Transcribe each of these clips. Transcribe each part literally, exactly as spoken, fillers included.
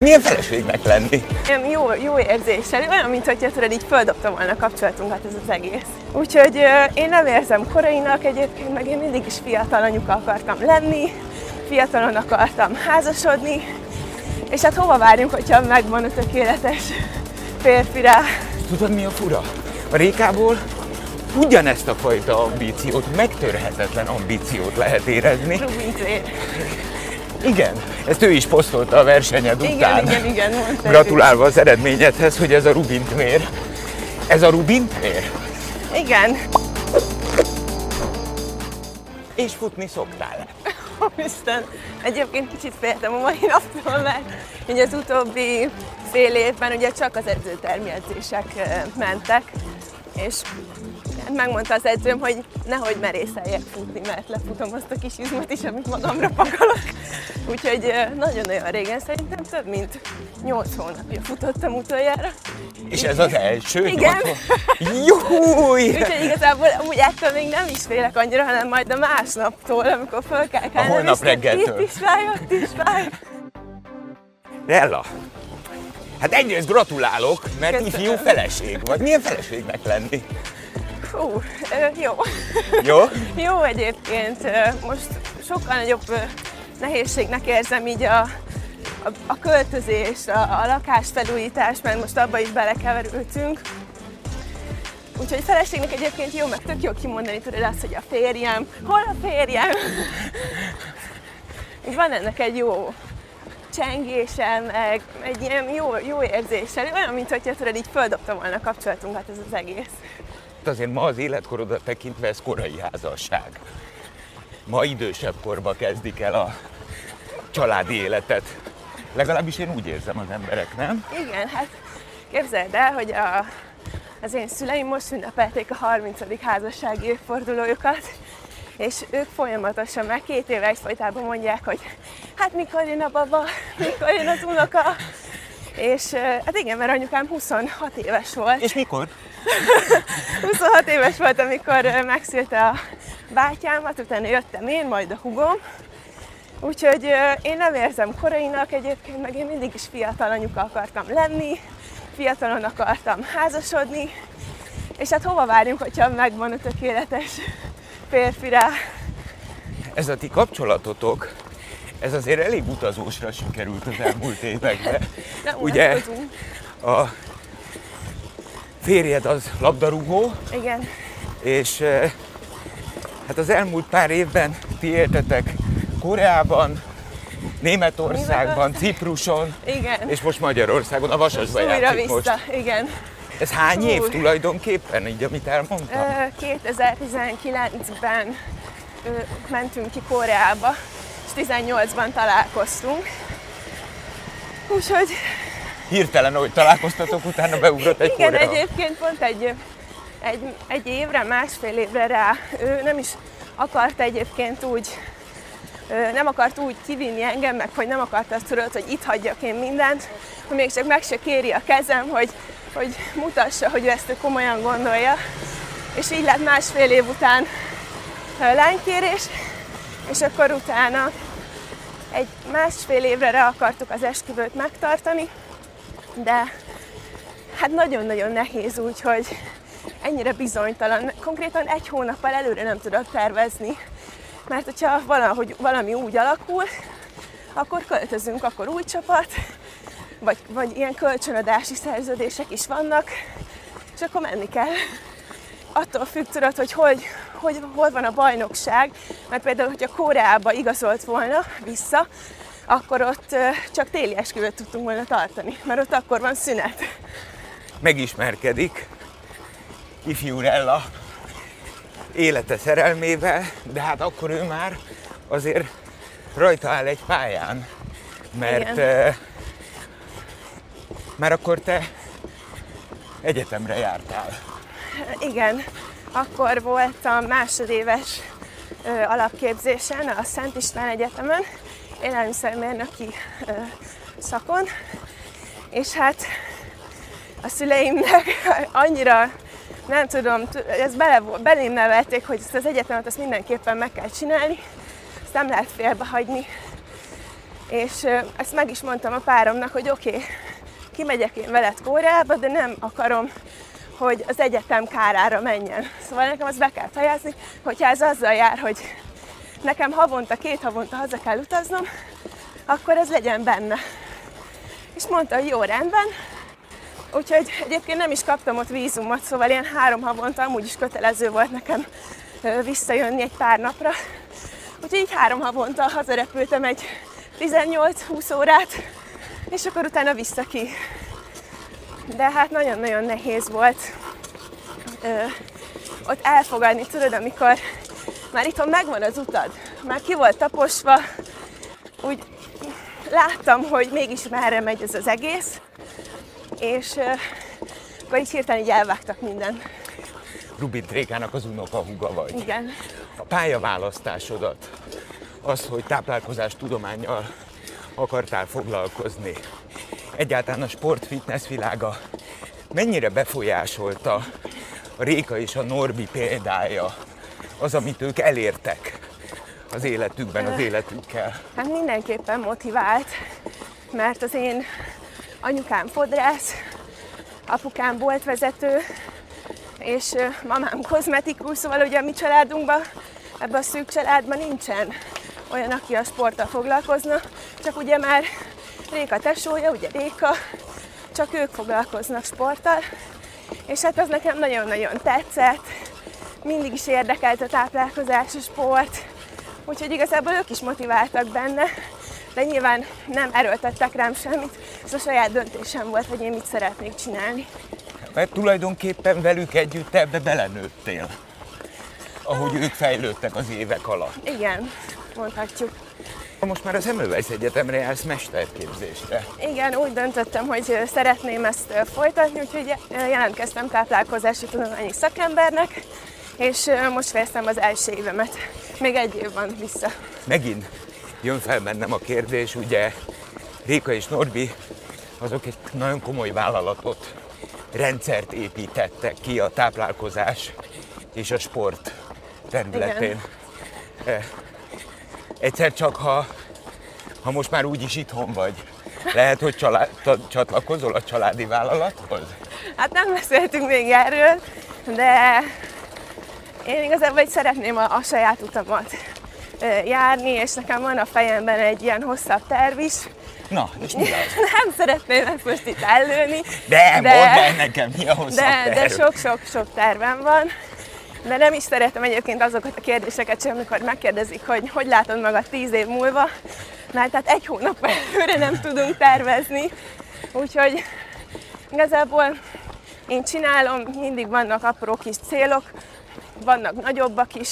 Milyen feleségnek lenni? Jó, jó érzéssel, olyan, mint hogyha tudod, így földobta volna a kapcsolatunkat ez az egész. Úgyhogy euh, én nem érzem korainak egyébként, meg én mindig is fiatal anyuka akartam lenni, fiatalon akartam házasodni, és hát hova várjunk, hogyha megvan a tökéletes férfi rá. Tudod, mi a fura? A Rékából ugyanezt a fajta ambíciót, megtörhetetlen ambíciót lehet érezni. Rubintvér. Igen, ezt ő is posztolta a versenyed Igen, után. igen, igen, mondta. Gratulálva az eredményedhez, hogy ez a Rubintvér. Ez a Rubintvér? Igen. És futni szoktál? Ó, Isten! Egyébként kicsit féltem a mai naptól, mert ugye az utóbbi fél évben ugye csak az edzőtermi edzések mentek, és megmondta az edzőm, hogy nehogy merészeljek futni, mert lefutom azt a kis izmot is, amit magamra pakolok. Úgyhogy nagyon-nagyon régen, szerintem több mint nyolc hónapja futottam utoljára. És ez az első? Igen. Júj! Úgyhogy igazából amúgy ettől még nem is félek annyira, hanem majd a másnaptól, amikor föl kell kelnem. A holnap reggeltől. Itt is fáj, ott is fáj. Rella, hát egyrészt gratulálok, mert Köszönöm. ifjú feleség vagy. Milyen feleségnek lenni? Hú, jó. Jó? Jó egyébként. Most sokkal nagyobb nehézségnek érzem így a, a, a költözés, a, a lakásfelújítás, mert most abba is belekeverültünk. Úgyhogy feleségnek egyébként jó, meg tök jó kimondani tudod azt, hogy a férjem. Hol a férjem? És van ennek egy jó csengése, meg egy ilyen jó, jó érzéssel. Olyan, mint hogyha tudod, így földobta volna a kapcsolatunkat ez az egész. Azért ma az életkorodat tekintve ez korai házasság. Ma idősebb korba kezdik el a családi életet. Legalábbis én úgy érzem az emberek, nem? Igen, hát képzeld el, hogy a, az én szüleim most ünnepelték a harmincadik házassági évfordulójukat, és ők folyamatosan már két éve egyfolytában mondják, hogy hát mikor jön a baba, mikor jön az unoka. És hát igen, mert anyukám huszonhat éves volt. És mikor? huszonhat éves volt, amikor megszülte a bátyámat, utána jöttem én, majd a hugom. Úgyhogy én nem érzem korainak egyébként, meg én mindig is fiatal anyuka akartam lenni, fiatalon akartam házasodni, és hát hova várjunk, hogyha megvan a tökéletes férfi rá. Ez a ti kapcsolatotok, ez azért elég utazósra sikerült az elmúlt években. Nem ugye unatkozunk. a férjed az labdarúgó, Igen. és hát az elmúlt pár évben ti éltetek Koreában, Németországban, Cipruson, Igen. és most Magyarországon, a Vasasban Újra játszik vissza, most. igen. Ez hány év Hú. tulajdonképpen, így amit elmondtam? kétezer-tizenkilencben ö, mentünk ki Koreába, és tizennyolcban találkoztunk. Úgyhogy Hirtelen, ahogy találkoztatok, utána beugrott egy igen, Korea. egyébként pont egy, egy, egy évre, másfél évre rá. Ő nem is akart egyébként úgy, ö, nem akart úgy kivinni engem, meg hogy nem akart azt tudod, hogy itt hagyjak én mindent, hogy még csak meg se kéri a kezem, hogy, hogy mutassa, hogy ő ezt ő komolyan gondolja. És így lett másfél év után lánykérés, és akkor utána egy másfél évre rá akartuk az esküvőt megtartani, de hát nagyon-nagyon nehéz úgy, hogy ennyire bizonytalan. Konkrétan egy hónappal előre nem tudok tervezni, mert hogyha valahogy valami úgy alakul, akkor költözünk, akkor új csapat, vagy, vagy ilyen kölcsönadási szerződések is vannak, és akkor menni kell. Attól függ, tudod, hogy, hogy, hogy hol van a bajnokság, mert például, hogyha Koreába igazolt volna vissza, akkor ott csak téli esküvőt tudtunk volna tartani, mert ott akkor van szünet. Megismerkedik ifjú Rella élete szerelmével, de hát akkor ő már azért rajta áll egy pályán, mert uh, már akkor te egyetemre jártál. Igen, akkor voltam másodéves ö, alapképzésen a Szent István Egyetemen, élelmiszermérnöki ö, szakon, és hát a szüleimnek annyira, nem tudom, ezt bele, belém nevelték, hogy ezt az egyetemet azt mindenképpen meg kell csinálni, ezt nem lehet félbehagyni. És ezt meg is mondtam a páromnak, hogy oké, okay, kimegyek én veled Koreába, de nem akarom, hogy az egyetem kárára menjen. Szóval nekem azt be kell fejezni, hogyha ez azzal jár, hogy nekem havonta, két havonta haza kell utaznom, akkor ez legyen benne. És mondta, hogy jó, rendben. Úgyhogy egyébként nem is kaptam ott vízumot, szóval ilyen három havonta amúgy is kötelező volt nekem visszajönni egy pár napra. Úgyhogy így három havonta hazarepültem egy tizennyolc-húsz órát, és akkor utána vissza ki. De hát nagyon-nagyon nehéz volt ö, ott elfogadni, tudod, amikor már itthon megvan az utad, már ki volt taposva, úgy láttam, hogy mégis merre megy ez az egész, és ö, akkor így hirtelen így elvágtak minden. Rubin Trékának az unokahúga vagy. Igen. A pályaválasztásodat, az, hogy táplálkozástudománnyal akartál foglalkozni, egyáltalán a sport-fitness világa mennyire befolyásolta a Réka és a Norbi példája, az, amit ők elértek az életükben, az életükkel? Hát mindenképpen motivált, mert az én anyukám fodrász, apukám boltvezető, és mamám kozmetikus, szóval ugye a mi családunkban, ebben a szűk családban nincsen olyan, aki a sporttal foglalkozna, csak ugye már Réka tesója, ugye Réka, csak ők foglalkoznak sporttal, és hát az nekem nagyon-nagyon tetszett, mindig is érdekelt a táplálkozás, a sport, úgyhogy igazából ők is motiváltak benne, de nyilván nem erőltettek rám semmit, ez a saját döntésem volt, hogy én mit szeretnék csinálni. Mert tulajdonképpen velük együtt ebbe belenőttél, ahogy ők fejlődtek az évek alatt. Igen, mondhatjuk. Most már az Emővejsz Egyetemre jársz mesterképzésre. Igen, úgy döntöttem, hogy szeretném ezt folytatni, úgyhogy jelentkeztem táplálkozási tudományi szakembernek, és most fejeztem az első évemet. Még egy év van vissza. Megint jön fel bennem a kérdés, ugye Réka és Norbi azok egy nagyon komoly vállalatot, rendszert építettek ki a táplálkozás és a sport területén. Igen. Egyszer csak, ha, ha most már úgyis itthon vagy, lehet, hogy család, csatlakozol a családi vállalathoz? Hát nem beszéltünk még erről, de én igazából így szeretném a, a saját utamat járni, és nekem van a fejemben egy ilyen hosszabb terv is. Na, és mi az? Nem szeretném ezt most itt ellőni. De, de mondd el nekem, mi a hosszabb de, terv. De sok-sok-sok tervem van. De nem is szeretem egyébként azokat a kérdéseket sem, amikor megkérdezik, hogy hogy látod magad tíz év múlva, mert hát egy hónap előre nem tudunk tervezni. Úgyhogy igazából én csinálom, mindig vannak apró kis célok, vannak nagyobbak is,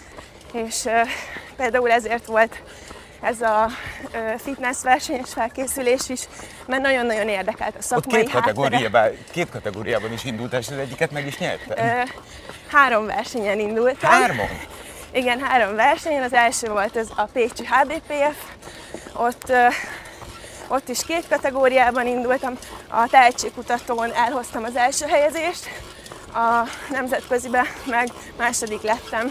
és uh, például ezért volt ez a uh, fitness versenyes felkészülés is, mert nagyon-nagyon érdekelt a szakmai Ott két kategóriában, két kategóriában is indultál, és az egyiket meg is nyertem. Uh, három versenyen indultam. Hármon? Igen, három versenyen. Az első volt ez a pécsi há bé pé ef. Ott, uh, ott is két kategóriában indultam. A tehetségkutatón elhoztam az első helyezést, a nemzetközibe meg második lettem.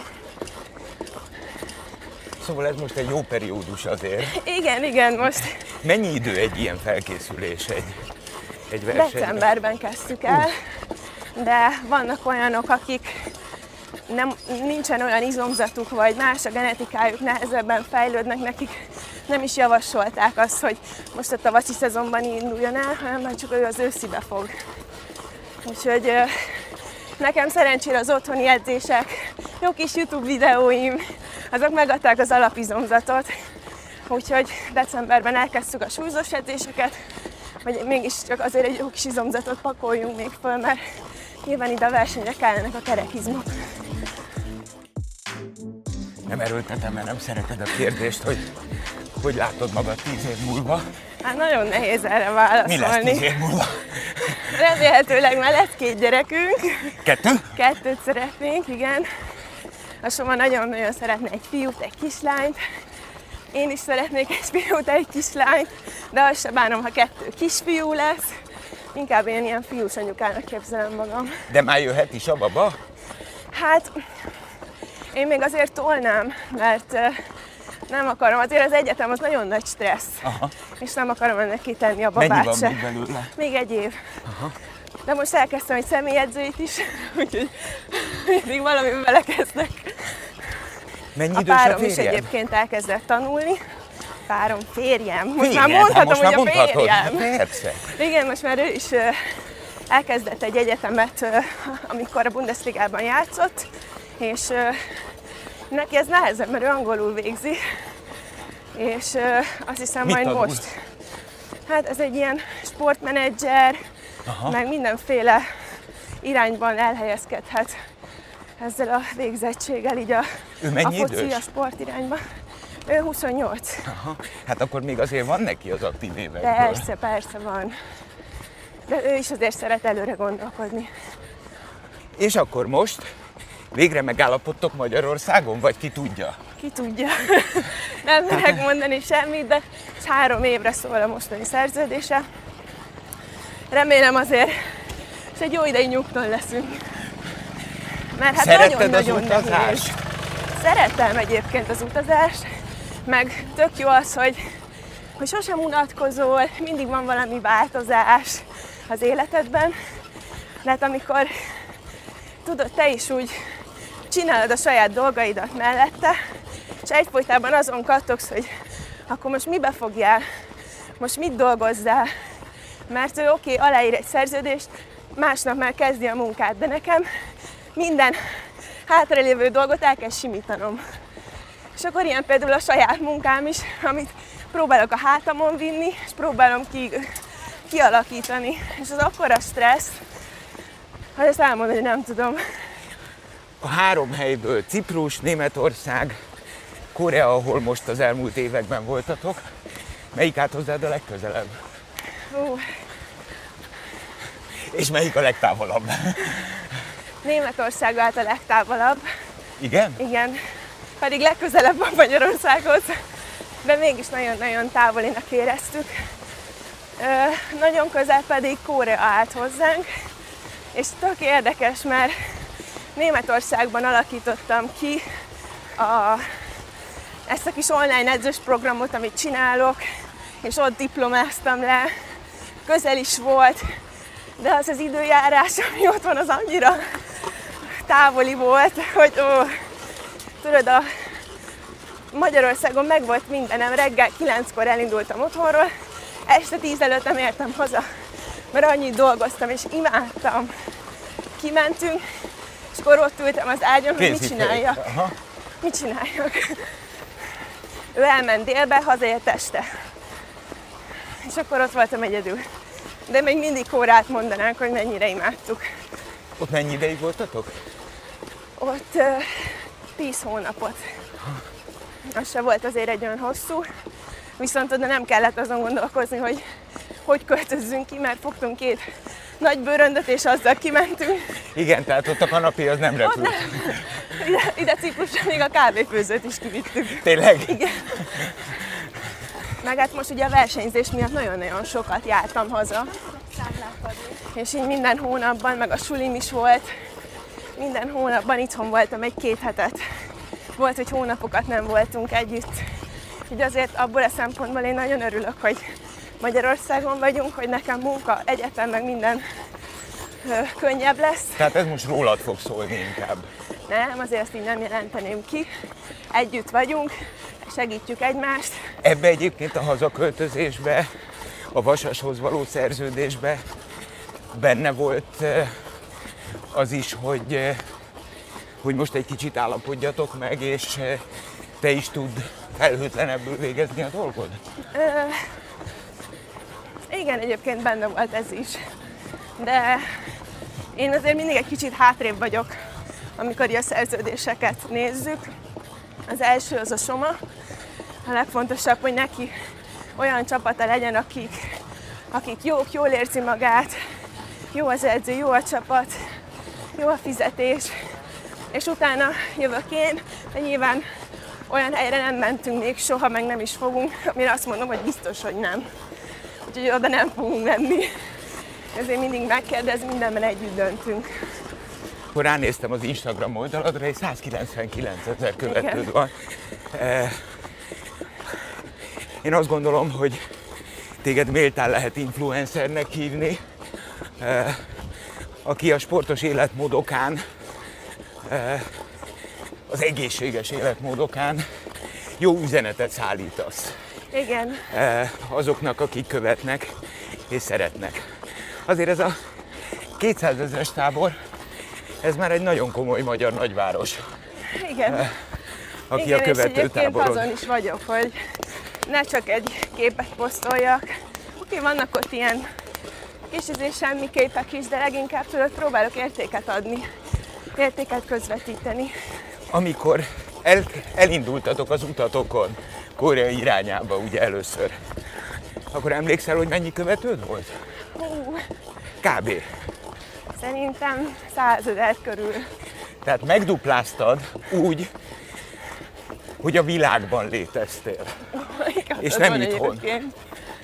Szóval ez most egy jó periódus azért. Igen, igen, most. Mennyi idő egy ilyen felkészülés egy, egy versenyre? Decemberben kezdtük el, de vannak olyanok, akik nem, nincsen olyan izomzatuk, vagy más a genetikájuk, nehezebben fejlődnek, nekik nem is javasolták azt, hogy most a tavaszi szezonban induljon el, hanem már csak ő az őszibe fog. Úgyhogy nekem szerencsére az otthoni edzések, jó kis YouTube videóim, azok megadták az alapizomzatot. Úgyhogy decemberben elkezdtük a súlyzós edzéseket, hogy mégiscsak azért egy jó kis izomzatot pakoljunk még föl, mert nyilván ide a versenyre kellenek a kerekizmok. Nem erőltetem, mert nem szereted a kérdést, hogy hogy látod magad tíz év múlva. Hát nagyon nehéz erre válaszolni. Mi lesz tíz év múlva? Remélhetőleg már lesz két gyerekünk. Kettő? Kettőt szeretnénk, igen. A Soma nagyon-nagyon szeretne egy fiút, egy kislányt. Én is szeretnék egy fiút, egy kislányt, de azt sem bánom, ha kettő kisfiú lesz. Inkább én ilyen fiús anyukának képzelem magam. De már jöhet is a baba? Hát, én még azért tolnám, mert Nem akarom, azért az egyetem az nagyon nagy stressz. Aha. És nem akarom ennek kitenni a Mennyi babát van se. még belőle? Még egy év. Aha. De most elkezdtem egy személyedzőit is, úgyhogy mindig valamiben belekezdek. Mennyi A idős a párom is férjed? egyébként elkezdett tanulni. Párom, férjem. Most Férjed? már mondhatom, Hát most hogy már a mondhatod. férjem. Persze. Igen, most már ő is ö, elkezdett egy egyetemet, ö, amikor a Bundesligában játszott, és ö, neki ez nehezebb, mert ő angolul végzi, és ö, azt hiszem Mit majd tanul? most. Hát ez egy ilyen sportmenedzser, Aha. meg mindenféle irányban elhelyezkedhet ezzel a végzettséggel, így a, Ő a mennyi foci, idős? a sport irányba. Ő huszonnyolc. Aha. Hát akkor még azért van neki az aktív évekből. Persze, persze van. De ő is azért szeret előre gondolkodni. És akkor most végre megállapodtok Magyarországon, vagy ki tudja? Ki tudja. Nem merek mondani semmit, de három évre szól a mostani szerződése. Remélem azért, és egy jó ideig nyugton leszünk. Mert hát Szeretted az nagyon-nagyon nehéz. utazást? Szeretem egyébként az utazást, meg tök jó az, hogy, hogy sosem unatkozol, mindig van valami változás az életedben. De hát amikor tudod, te is úgy csinálod a saját dolgaidat mellette, és egyfolytában azon kattogsz, hogy akkor most mibe fogjál, most mit dolgozzál, mert ő oké, okay, aláír egy szerződést, másnap már kezdi a munkát, de nekem minden hátralévő dolgot el kell simítanom. És akkor ilyen például a saját munkám is, amit próbálok a hátamon vinni, és próbálom ki, kialakítani. És az akkora stressz, hogy ezt elmondani nem tudom. A három helyből Ciprus, Németország, Korea, ahol most az elmúlt években voltatok, melyik állt hozzád a legközelebb? Hú, És melyik a legtávolabb? Németország állt a legtávolabb, Igen? igen, pedig legközelebb van Magyarországhoz, de mégis nagyon-nagyon távolinak éreztük. Ö, nagyon közel pedig Korea állt hozzánk, és tök érdekes, mert Németországban alakítottam ki a, ezt a kis online edzős programot, amit csinálok, és ott diplomáztam le, közel is volt, de az az időjárás, ami ott van, az annyira távoli volt, hogy ó, tudod, a Magyarországon megvolt mindenem, reggel kilenckor elindultam otthonról, este tíz előtt nem értem haza, mert annyit dolgoztam és imádtam. Kimentünk, és akkor ott ültem az ágyon, hogy mit csináljak. Aha. Mit csináljak? Ő elment délbe, hazaért este. És akkor ott voltam egyedül. De még mindig órát mondanánk, hogy mennyire imádtuk. Ott mennyi ideig voltatok? Ott uh, tíz hónapot. Az se volt azért egy olyan hosszú, viszont oda nem kellett azon gondolkozni, hogy hogy költözzünk ki, mert fogtunk két nagy bőröndöt, és azzal kimentünk. Igen, tehát ott a kanapé az nem repült. Ide, ide Ciprusra még a kávéfőzőt is kivittük. Tényleg? Igen. Meg hát most ugye a versenyzés miatt nagyon-nagyon sokat jártam haza. És így minden hónapban, meg a sulim is volt, minden hónapban itthon voltam egy-két hetet. Volt, hogy hónapokat nem voltunk együtt. Így azért abból a szempontból én nagyon örülök, hogy Magyarországon vagyunk, hogy nekem munka, egyetem, meg minden ö, könnyebb lesz. Tehát ez most rólad fog szólni inkább. Nem, azért ezt így nem jelenteném ki. Együtt vagyunk, segítjük egymást. Ebbe egyébként a hazaköltözésbe, a Vasashoz való szerződésbe benne volt eh, az is, hogy, eh, hogy most egy kicsit állapodjatok meg, és eh, te is tud felhőtlenebbül végezni a dolgod? Ö, igen, egyébként benne volt ez is. De én azért mindig egy kicsit hátrébb vagyok, amikor a szerződéseket nézzük. Az első az a Soma. A legfontosabb, hogy neki olyan csapata legyen, akik, akik jók, jól érzi magát, jó az edző, jó a csapat, jó a fizetés, és utána jövök én, de nyilván olyan helyre nem mentünk még soha, meg nem is fogunk, amire azt mondom, hogy biztos, hogy nem. Úgyhogy oda nem fogunk menni. Ezért mindig megkérdez, mindenben együtt döntünk. Akkor ránéztem az Instagram oldaladra, és százkilencvenkilenc ezer követőd Igen. van. E, Én azt gondolom, hogy téged méltán lehet influencernek hívni, aki a sportos életmódokán, az egészséges életmódokán jó üzenetet szállítasz. Igen. Azoknak, akik követnek és szeretnek. Azért ez a kétszázezres tábor, ez már egy nagyon komoly magyar nagyváros. Igen. Aki Igen, a követő és egyébként táboron. azon is vagyok, hogy ne csak egy képet posztoljak. Oké, vannak ott ilyen kis és semmi képek is, de leginkább tudod, próbálok értéket adni, értéket közvetíteni. Amikor el, elindultatok az utatokon, Korea irányába ugye először, akkor emlékszel, hogy mennyi követőd volt? Hú, Kb. szerintem százezer körül. Tehát megdupláztad úgy, hogy a világban léteztél. Igazad És nem van itthon. egyébként.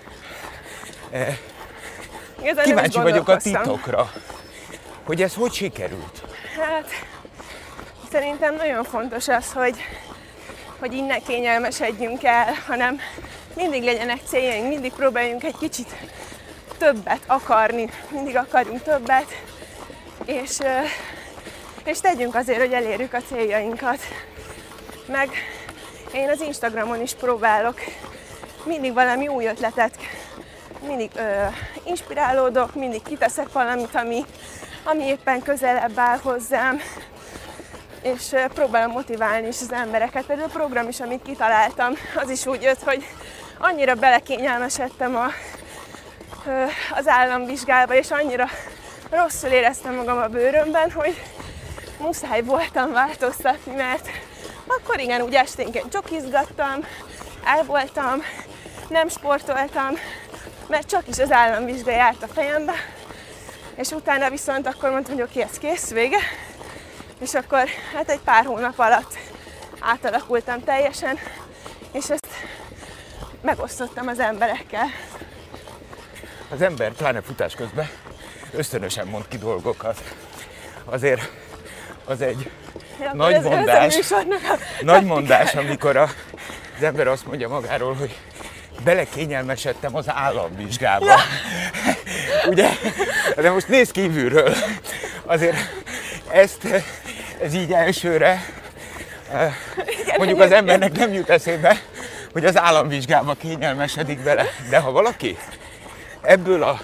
Eh, Igazán nem is Kíváncsi vagyok a gondolkoztam. titokra, hogy ez hogy sikerült. Hát, szerintem nagyon fontos az, hogy, hogy így ne kényelmesedjünk el, hanem mindig legyenek céljaink, mindig próbáljunk egy kicsit többet akarni, mindig akarjunk többet, és, és tegyünk azért, hogy elérjük a céljainkat. Meg én az Instagramon is próbálok mindig valami új ötletet, mindig ö, inspirálódok, mindig kiteszek valamit, ami, ami éppen közelebb áll hozzám, és ö, próbálom motiválni is az embereket. Például a program is, amit kitaláltam, az is úgy jött, hogy annyira belekényelmesedtem a, ö, az államvizsgába, és annyira rosszul éreztem magam a bőrömben, hogy muszáj voltam változtatni, mert akkor igen, úgy esténként csokizgattam, el voltam, nem sportoltam, mert csak is az államvizsga járt a fejembe, és utána viszont akkor mondtam, hogy oké, ez kész, vége, és akkor hát egy pár hónap alatt átalakultam teljesen, és ezt megosztottam az emberekkel. Az ember, pláne futás közben, ösztönösen mond ki dolgokat. Azért az egy Ja, nagy ez, mondás, ez a a nagy mondás, amikor a, az ember azt mondja magáról, hogy belekényelmesedtem az államvizsgába. Ja. Ugye? De most nézd kívülről. Azért ezt, ez így elsőre, igen, mondjuk az embernek nem jut eszébe, hogy az államvizsgába kényelmesedik bele. De ha valaki ebből a,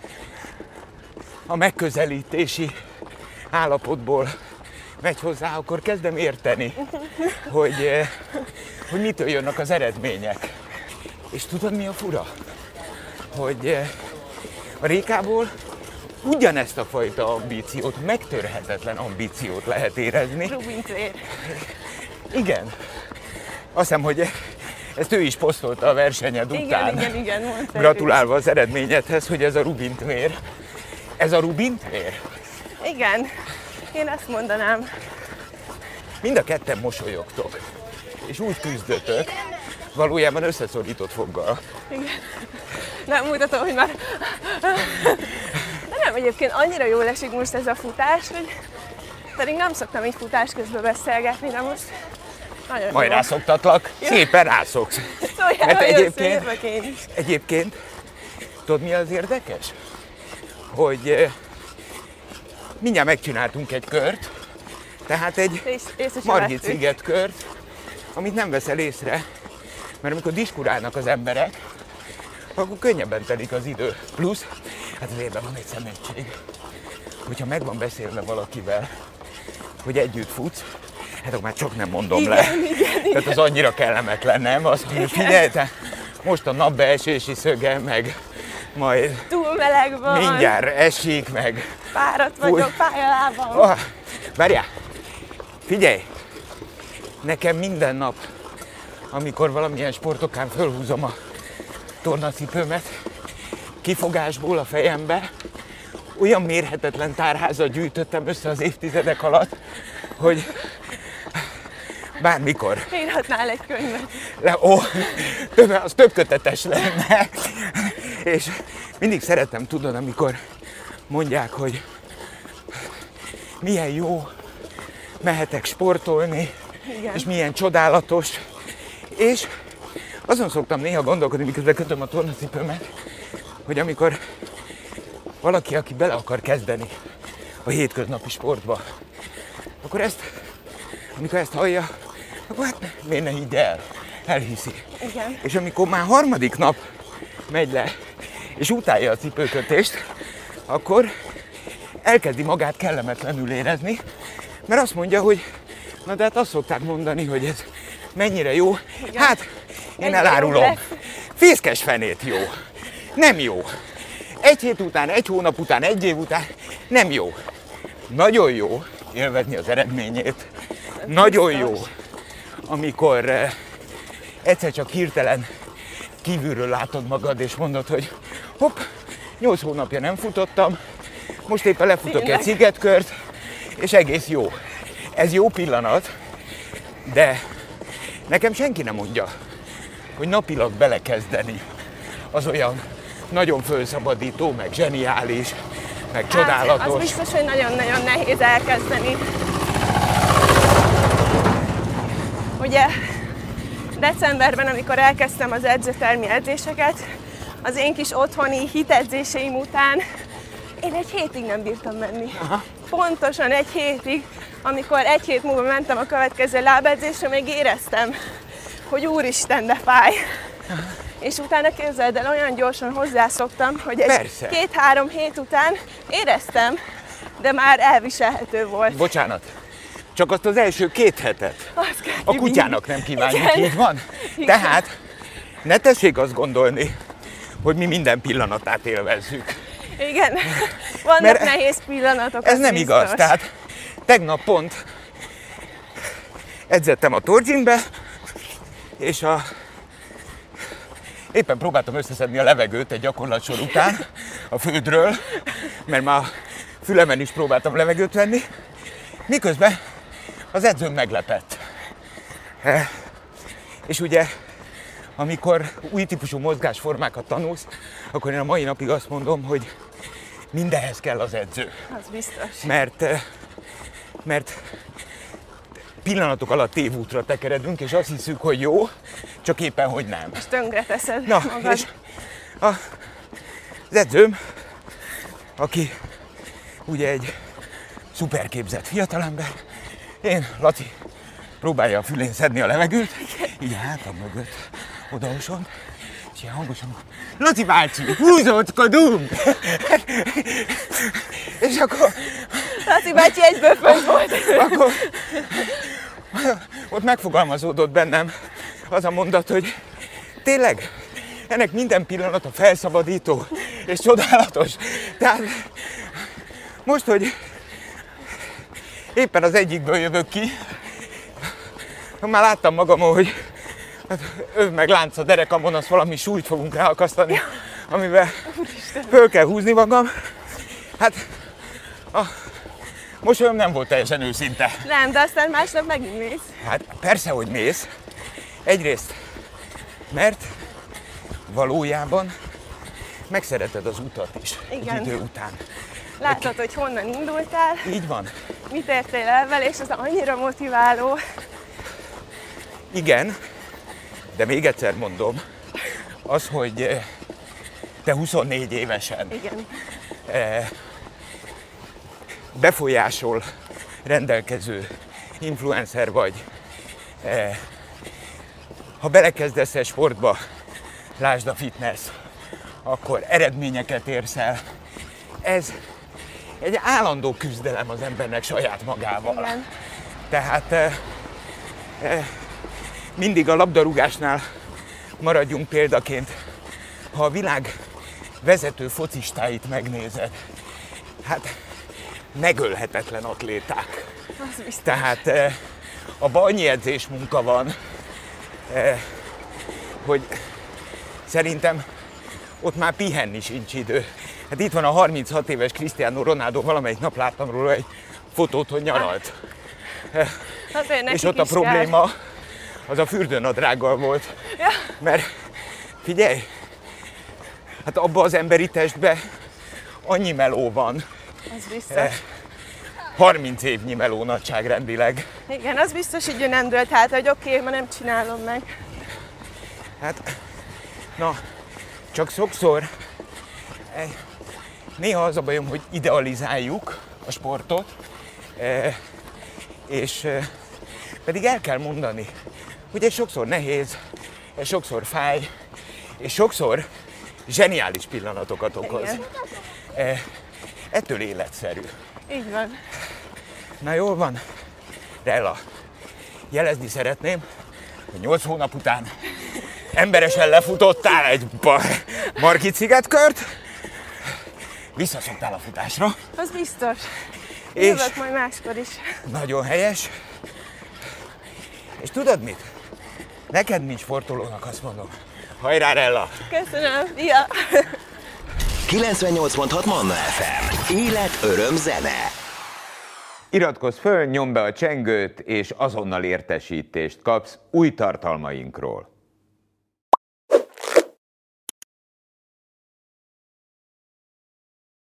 a megközelítési állapotból megy hozzá, akkor kezdem érteni, hogy, hogy mitől jönnek az eredmények. És tudod, mi a fura? Hogy a Rékából ugyanezt a fajta ambíciót, megtörhetetlen ambíciót lehet érezni. Rubint vér. Igen. Azt hiszem, hogy ezt ő is posztolta a versenyed Igen, után. igen, igen, mondta. Gratulálva az eredményedhez, hogy ez a Rubint vér. Ez a Rubint vér? Igen, én ezt mondanám. Mind a ketten mosolyogtok, és úgy küzdötök, valójában összeszorított foggal. Igen. Nem mutatom, hogy már... De nem, egyébként annyira jól esik most ez a futás, hogy pedig nem szoktam így futás közben beszélgetni, de most nagyon Majd jó. rászoktatlak, szépen rászoksz. Szóval Mert nagyon egyébként, szépek én is. egyébként, tudod mi az érdekes? Hogy eh, mindjárt megcsináltunk egy kört, tehát egy És, észre sem Margit vettük. sziget kört, amit nem veszel észre, mert amikor diskurálnak az emberek, akkor könnyebben telik az idő. Plusz, hát az évben van egy személység, hogyha meg van beszélve valakivel, hogy együtt futsz, hát akkor már csak nem mondom Igen, le. igen, igen. Tehát az annyira kellemetlen, nem? Azt mondja, figyelj, te, most a napbeesési szöge, meg majd Túl meleg van, mindjárt esik, meg... fáradt vagyok, fáj a lábam. Oh, várjál, figyelj! Nekem minden nap, amikor valamilyen sportokán fölhúzom a tornacipőmet, kifogásból a fejembe, olyan mérhetetlen tárházat gyűjtöttem össze az évtizedek alatt, hogy bármikor. Írhatnál egy könyvet. Le, ó, több, az több kötetes lenne. És mindig szeretem, tudod, amikor mondják, hogy milyen jó, mehetek sportolni, Igen. és milyen csodálatos. És azon szoktam néha gondolkodni, miközben kötöm a tornacipőmet, hogy amikor valaki, aki bele akar kezdeni a hétköznapi sportba, akkor ezt, amikor ezt hallja, akkor hát miért ne higgye el? Elhiszi. Igen. És amikor már harmadik nap megy le, és utálja a cipőkötést, akkor elkezdi magát kellemetlenül érezni, mert azt mondja, hogy na de hát azt szokták mondani, hogy ez mennyire jó. Igen. Hát, én Ennyire elárulom. jó lesz. Fészkes fenét jó. Nem jó. Egy hét után, egy hónap után, egy év után nem jó. Nagyon jó élvezni az eredményét. Nagyon jó, amikor eh, egyszer csak hirtelen kívülről látod magad, és mondod, hogy hopp, nyolc hónapja nem futottam, most éppen lefutok Tényleg? egy szigetkört, és egész jó. Ez jó pillanat, de nekem senki nem mondja, hogy napilag belekezdeni az olyan nagyon fölszabadító, meg zseniális, meg Hát, csodálatos. az biztos, hogy nagyon-nagyon nehéz elkezdeni. Ugye decemberben, amikor elkezdtem az edzőtermi edzéseket, az én kis otthoni hitedzéseim után én egy hétig nem bírtam menni. Aha. Pontosan egy hétig, amikor egy hét múlva mentem a következő lábedzésre, még éreztem, hogy úristen, de fáj. Aha. És utána képzeld el, olyan gyorsan hozzászoktam, hogy egy Persze. két-három hét után éreztem, de már elviselhető volt. Bocsánat, csak azt az első két hetet Azt kell a kivinni. kutyának nem kívánjuk, Igen. így van? Igen. Tehát ne tessék azt gondolni, hogy mi minden pillanatát élvezzük. Igen, vannak Mert nehéz pillanatok. Ez az nem biztos. igaz, tehát tegnap pont edzettem a torgymbe, és a... éppen próbáltam összeszedni a levegőt egy gyakorlatsor után a földről, mert már a fülemen is próbáltam levegőt venni, miközben az edzőm meglepett. E, és ugye, amikor új típusú mozgásformákat tanulsz, akkor én a mai napig azt mondom, hogy mindenhez kell az edző. Az biztos. Mert, eh, mert pillanatok alatt tévútra tekeredünk, és azt hiszük, hogy jó, csak éppen, hogy nem. És tönkre teszed Na, magad. és a, az edzőm, aki ugye egy szuperképzett fiatalember, én, Laci, próbálja a fülén szedni a levegőt, így a hátam mögött odaosont, és ilyen hangosan, Laci bácsi, húzódkodunk! És akkor, Laci bácsi egyből fönt volt. akkor ott megfogalmazódott bennem az a mondat, hogy tényleg, ennek minden pillanata felszabadító és csodálatos. Tehát most, hogy éppen az egyikből jövök ki, már láttam magamon, hogy hát, öv meg lánc a derekamon, azt valami súlyt fogunk ráakasztani, amivel föl kell húzni magam. Hát a mosolyom nem volt teljesen őszinte. Nem, de aztán másnap megint mész. Hát persze, hogy mész. Egyrészt, mert valójában megszereted az utat is Igen. egy idő után. Látod, hogy honnan indultál, Így van. mit értél el vele, és az annyira motiváló. Igen, de még egyszer mondom, az, hogy eh, te huszonnégy évesen Igen. befolyásol rendelkező influencer vagy, eh, ha belekezdesz egy sportba, lásd a fitness, akkor eredményeket érsz el. Ez egy állandó küzdelem az embernek saját magával. Igen. Tehát eh, eh, mindig a labdarúgásnál maradjunk példaként. Ha a világ vezető focistáit megnézed, hát megölhetetlen atléták. Az biztos. Tehát eh, abban annyi edzés munka van, eh, hogy szerintem ott már pihenni sincs idő. Hát itt van a harminchat éves Cristiano Ronaldo, valamelyik nap láttam róla egy fotót, hogy nyaralt. Azért nekik És ott a is probléma az a fürdőnadrággal volt. Ja. Mert figyelj, hát abban az emberi testben annyi meló van, kell. Az biztos. eh, harminc évnyi meló nagyságrendileg. Igen, az biztos, hogy ő nem dőlt hát, hogy oké, okay, ma nem csinálom meg. Hát, na, csak sokszor, néha az a bajom, hogy idealizáljuk a sportot, és pedig el kell mondani, hogy ez sokszor nehéz, ez sokszor fáj, és sokszor zseniális pillanatokat okoz. Igen. Ettől életszerű. Így van. Na jól van, Rella, jelezni szeretném, hogy nyolc hónap után emberesen lefutottál egy Margit szigetkört, visszaszoktál a futásra. Az biztos. És jövök majd máskor is. Nagyon helyes. És tudod mit? Neked, mint sportolónak azt mondom, hajrá Rella! Köszönöm, ja. kilencvennyolc pont hat Manna ef em. Élet, öröm, zene. Iratkozz föl, nyomd be a csengőt, és azonnal értesítést kapsz új tartalmainkról.